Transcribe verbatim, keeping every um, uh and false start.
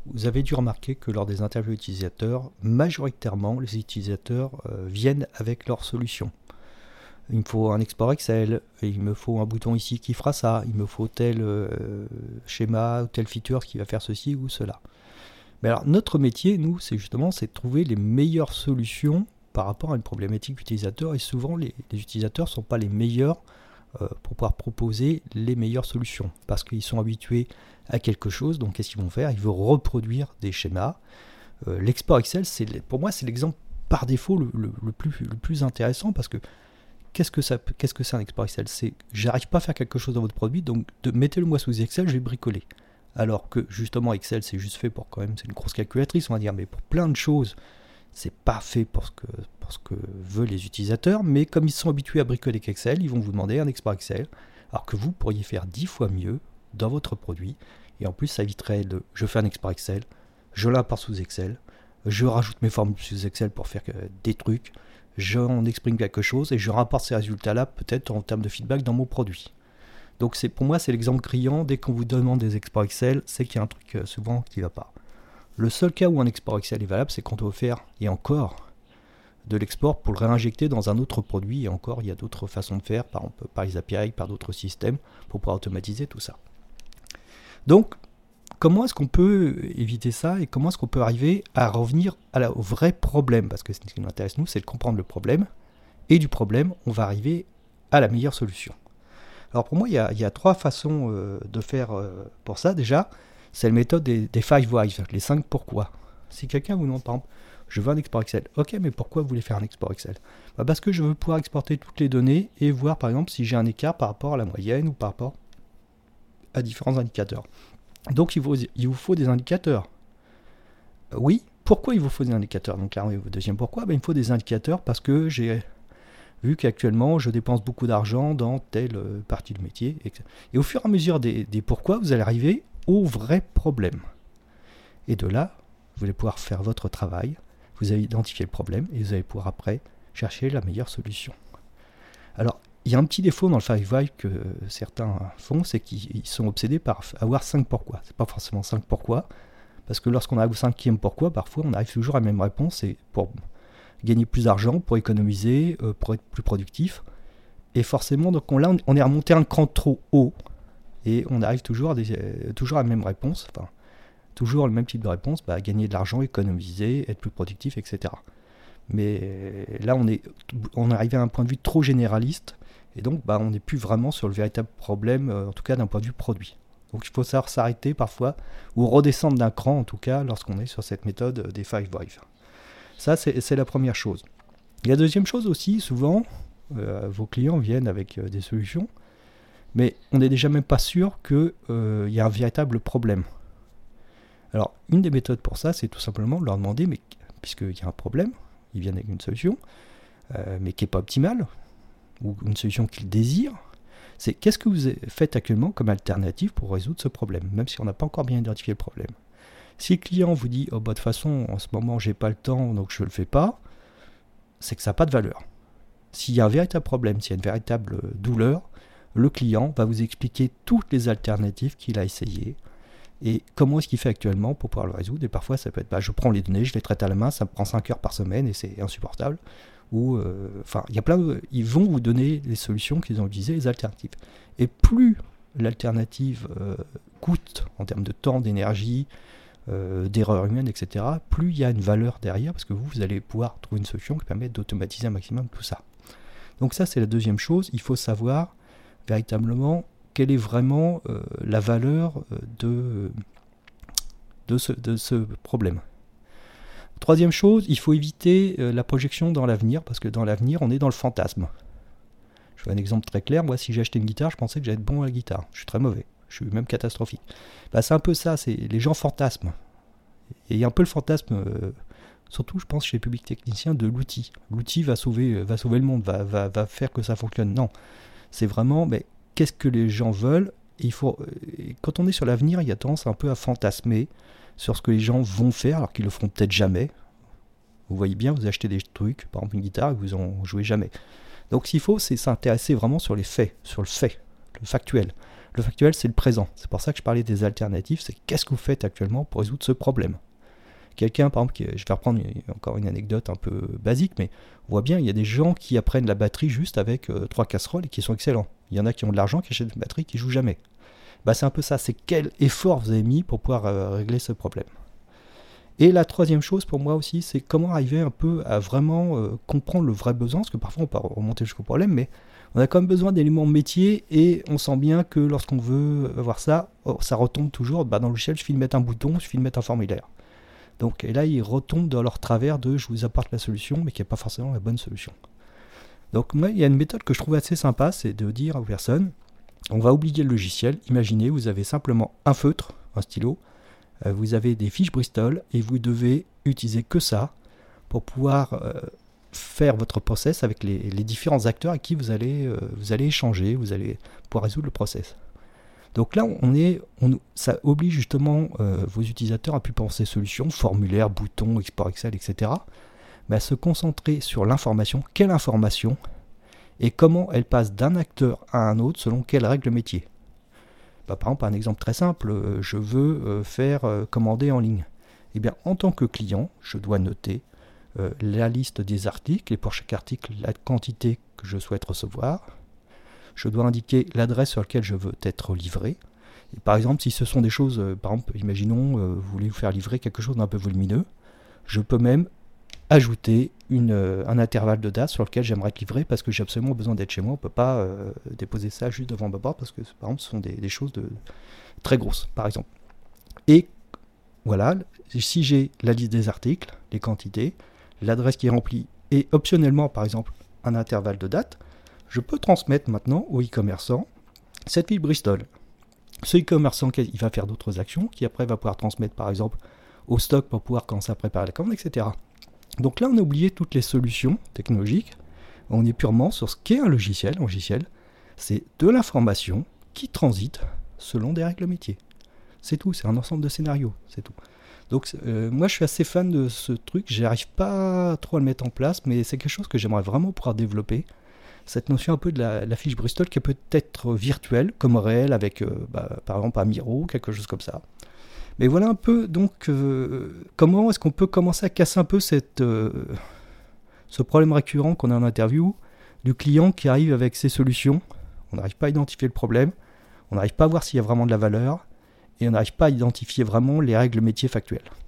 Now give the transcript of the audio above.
vous avez dû remarquer que lors des interviews utilisateurs, majoritairement, les utilisateurs euh, viennent avec leur solution. Il me faut un export Excel, il me faut un bouton ici qui fera ça, il me faut tel euh, schéma ou tel feature qui va faire ceci ou cela. Mais alors, notre métier, nous, c'est justement c'est de trouver les meilleures solutions par rapport à une problématique utilisateur, et souvent, les, les utilisateurs ne sont pas les meilleurs euh, pour pouvoir proposer les meilleures solutions, parce qu'ils sont habitués à quelque chose, donc qu'est-ce qu'ils vont faire? Ils vont reproduire des schémas. Euh, l'export Excel, c'est, pour moi, c'est l'exemple par défaut le, le, le, plus, le plus intéressant, parce que Qu'est-ce que, ça, qu'est-ce que c'est un export Excel? C'est j'arrive pas à faire quelque chose dans votre produit, donc de, mettez-le moi sous Excel, je vais bricoler. Alors que justement Excel c'est juste fait pour quand même, c'est une grosse calculatrice on va dire, mais pour plein de choses, c'est pas fait pour ce que, pour ce que veulent les utilisateurs, mais comme ils sont habitués à bricoler avec Excel, ils vont vous demander un export Excel, alors que vous pourriez faire dix fois mieux dans votre produit, et en plus ça éviterait de, je fais un export Excel, je l'importe sous Excel, je rajoute mes formules sous Excel pour faire des trucs, j'en exprime quelque chose et je rapporte ces résultats-là peut-être en termes de feedback dans mon produit. Donc c'est, pour moi, c'est l'exemple criant. Dès qu'on vous demande des exports Excel, c'est qu'il y a un truc euh, souvent qui ne va pas. Le seul cas où un export Excel est valable, c'est quand on veut faire, et encore, de l'export pour le réinjecter dans un autre produit. Et encore, il y a d'autres façons de faire, par, par les A P I, par d'autres systèmes, pour pouvoir automatiser tout ça. Donc, comment est-ce qu'on peut éviter ça et comment est-ce qu'on peut arriver à revenir à la, au vrai problème? Parce que ce qui nous intéresse, nous, c'est de comprendre le problème. Et du problème, on va arriver à la meilleure solution. Alors pour moi, il y a, il y a trois façons euh, de faire euh, pour ça. Déjà, c'est la méthode des, des five whys, les cinq pourquoi. Si quelqu'un vous demande, par exemple, je veux un export Excel. Ok, mais pourquoi vous voulez faire un export Excel? Bah parce que je veux pouvoir exporter toutes les données et voir, par exemple, si j'ai un écart par rapport à la moyenne ou par rapport à différents indicateurs. Donc il vous, il vous faut des indicateurs. Euh, oui, pourquoi il vous faut des indicateurs? Donc là, deuxième pourquoi, ben, il me faut des indicateurs parce que j'ai vu qu'actuellement je dépense beaucoup d'argent dans telle euh, partie du métier. Et, et au fur et à mesure des, des pourquoi, vous allez arriver au vrai problème. Et de là, vous allez pouvoir faire votre travail, vous allez identifier le problème et vous allez pouvoir après chercher la meilleure solution. Alors, il y a un petit défaut dans le five why que certains font, c'est qu'ils sont obsédés par avoir cinq pourquoi. C'est pas forcément cinq pourquoi, parce que lorsqu'on arrive au cinquième pourquoi, parfois on arrive toujours à la même réponse, c'est pour gagner plus d'argent, pour économiser, euh, pour être plus productif. Et forcément, donc on, là, on est remonté un cran trop haut, et on arrive toujours à, des, euh, toujours à la même réponse, enfin, toujours le même type de réponse, bah, gagner de l'argent, économiser, être plus productif, et cetera. Mais là, on est, on est arrivé à un point de vue trop généraliste, et donc bah, on n'est plus vraiment sur le véritable problème, euh, en tout cas d'un point de vue produit. Donc il faut savoir s'arrêter parfois, ou redescendre d'un cran en tout cas, lorsqu'on est sur cette méthode des five whys. Ça, c'est, c'est la première chose. Et la deuxième chose aussi, souvent, euh, vos clients viennent avec euh, des solutions, mais on n'est déjà même pas sûr qu'il euh, y a un véritable problème. Alors, une des méthodes pour ça, c'est tout simplement de leur demander, mais puisqu'il y a un problème, ils viennent avec une solution, euh, mais qui n'est pas optimale, ou une solution qu'ils désirent, c'est qu'est-ce que vous faites actuellement comme alternative pour résoudre ce problème, même si on n'a pas encore bien identifié le problème. Si le client vous dit, oh bah, de toute façon, en ce moment, j'ai pas le temps, donc je ne le fais pas, c'est que ça n'a pas de valeur. S'il y a un véritable problème, s'il y a une véritable douleur, le client va vous expliquer toutes les alternatives qu'il a essayées, et comment est-ce qu'il fait actuellement pour pouvoir le résoudre. Et parfois ça peut être, bah, je prends les données, je les traite à la main, ça me prend cinq heures par semaine et c'est insupportable. Ou, enfin, euh, il y a plein de, ils vont vous donner les solutions qu'ils ont utilisées, les alternatives. Et plus l'alternative euh, coûte en termes de temps, d'énergie, euh, d'erreurs humaines, et cetera, plus il y a une valeur derrière, parce que vous, vous allez pouvoir trouver une solution qui permet d'automatiser un maximum tout ça. Donc ça, c'est la deuxième chose. Il faut savoir véritablement quelle est vraiment euh, la valeur de, de, ce, de ce problème. Troisième chose, il faut éviter euh, la projection dans l'avenir, parce que dans l'avenir, on est dans le fantasme. Je fais un exemple très clair. Moi, si j'ai acheté une guitare, je pensais que j'allais être bon à la guitare. Je suis très mauvais. Je suis même catastrophique. Bah, c'est un peu ça. C'est, les gens fantasment. Et il y a un peu le fantasme, euh, surtout, je pense, chez les publics techniciens, de l'outil. L'outil va sauver, va sauver le monde, va, va, va faire que ça fonctionne. Non. C'est vraiment... Mais, qu'est-ce que les gens veulent? Et il faut, quand on est sur l'avenir, il y a tendance un peu à fantasmer sur ce que les gens vont faire, alors qu'ils le feront peut-être jamais. Vous voyez bien, vous achetez des trucs, par exemple une guitare, et vous en jouez jamais. Donc ce qu'il faut, c'est s'intéresser vraiment sur les faits, sur le fait. le factuel. Le factuel, c'est le présent. C'est pour ça que je parlais des alternatives. C'est qu'est-ce que vous faites actuellement pour résoudre ce problème. Quelqu'un, par exemple, qui, je vais reprendre encore une anecdote un peu basique, mais on voit bien, il y a des gens qui apprennent la batterie juste avec euh, trois casseroles et qui sont excellents. Il y en a qui ont de l'argent, qui achètent une batterie, qui ne jouent jamais. Bah, c'est un peu ça. C'est quel effort vous avez mis pour pouvoir euh, régler ce problème. Et la troisième chose pour moi aussi, c'est comment arriver un peu à vraiment euh, comprendre le vrai besoin, parce que parfois on peut remonter jusqu'au problème, mais on a quand même besoin d'éléments métier, et on sent bien que lorsqu'on veut avoir ça, oh, ça retombe toujours bah, dans le logiciel, il suffit de mettre un bouton, il suffit de mettre un formulaire. Donc et là, ils retombent dans leur travers de je vous apporte la solution, mais qui n'est pas forcément la bonne solution. Donc moi, il y a une méthode que je trouve assez sympa, c'est de dire aux personnes, on va oublier le logiciel, imaginez, vous avez simplement un feutre, un stylo, vous avez des fiches Bristol et vous devez utiliser que ça pour pouvoir euh, faire votre process avec les, les différents acteurs à qui vous allez, euh, vous allez échanger, vous allez pouvoir résoudre le process. Donc là, on est, on, ça oblige justement euh, vos utilisateurs à plus penser solutions, formulaires, boutons, export Excel, et cetera, mais à se concentrer sur l'information, quelle information et comment elle passe d'un acteur à un autre selon quelles règles métier. Bah, par exemple, un exemple très simple, euh, je veux euh, faire euh, commander en ligne. Eh bien, en tant que client, je dois noter euh, la liste des articles et pour chaque article, la quantité que je souhaite recevoir. Je dois indiquer l'adresse sur laquelle je veux être livré. Et par exemple, si ce sont des choses, euh, par exemple, imaginons, euh, vous voulez vous faire livrer quelque chose d'un peu volumineux, je peux même ajouter une, euh, un intervalle de date sur lequel j'aimerais être livré parce que j'ai absolument besoin d'être chez moi. On ne peut pas euh, déposer ça juste devant ma porte parce que par exemple ce sont des, des choses de, très grosses par exemple. Et voilà, si j'ai la liste des articles, les quantités, l'adresse qui est remplie et optionnellement par exemple un intervalle de date, je peux transmettre maintenant au e-commerçant cette fiche Bristol. Ce e-commerçant il va faire d'autres actions qui après va pouvoir transmettre par exemple au stock pour pouvoir commencer à préparer la commande, et cetera. Donc là, on a oublié toutes les solutions technologiques. On est purement sur ce qu'est un logiciel. Un logiciel, c'est de l'information qui transite selon des règles métiers. C'est tout, c'est un ensemble de scénarios, c'est tout. Donc euh, moi, je suis assez fan de ce truc. J'arrive pas trop à le mettre en place, mais c'est quelque chose que j'aimerais vraiment pouvoir développer. Cette notion un peu de la, la fiche Bristol qui peut être virtuelle, comme réelle, avec euh, bah, par exemple un Miro, quelque chose comme ça. Mais voilà un peu, donc, euh, comment est-ce qu'on peut commencer à casser un peu cette, euh, ce problème récurrent qu'on a en interview, du client qui arrive avec ses solutions, on n'arrive pas à identifier le problème, on n'arrive pas à voir s'il y a vraiment de la valeur, et on n'arrive pas à identifier vraiment les règles métiers factuelles.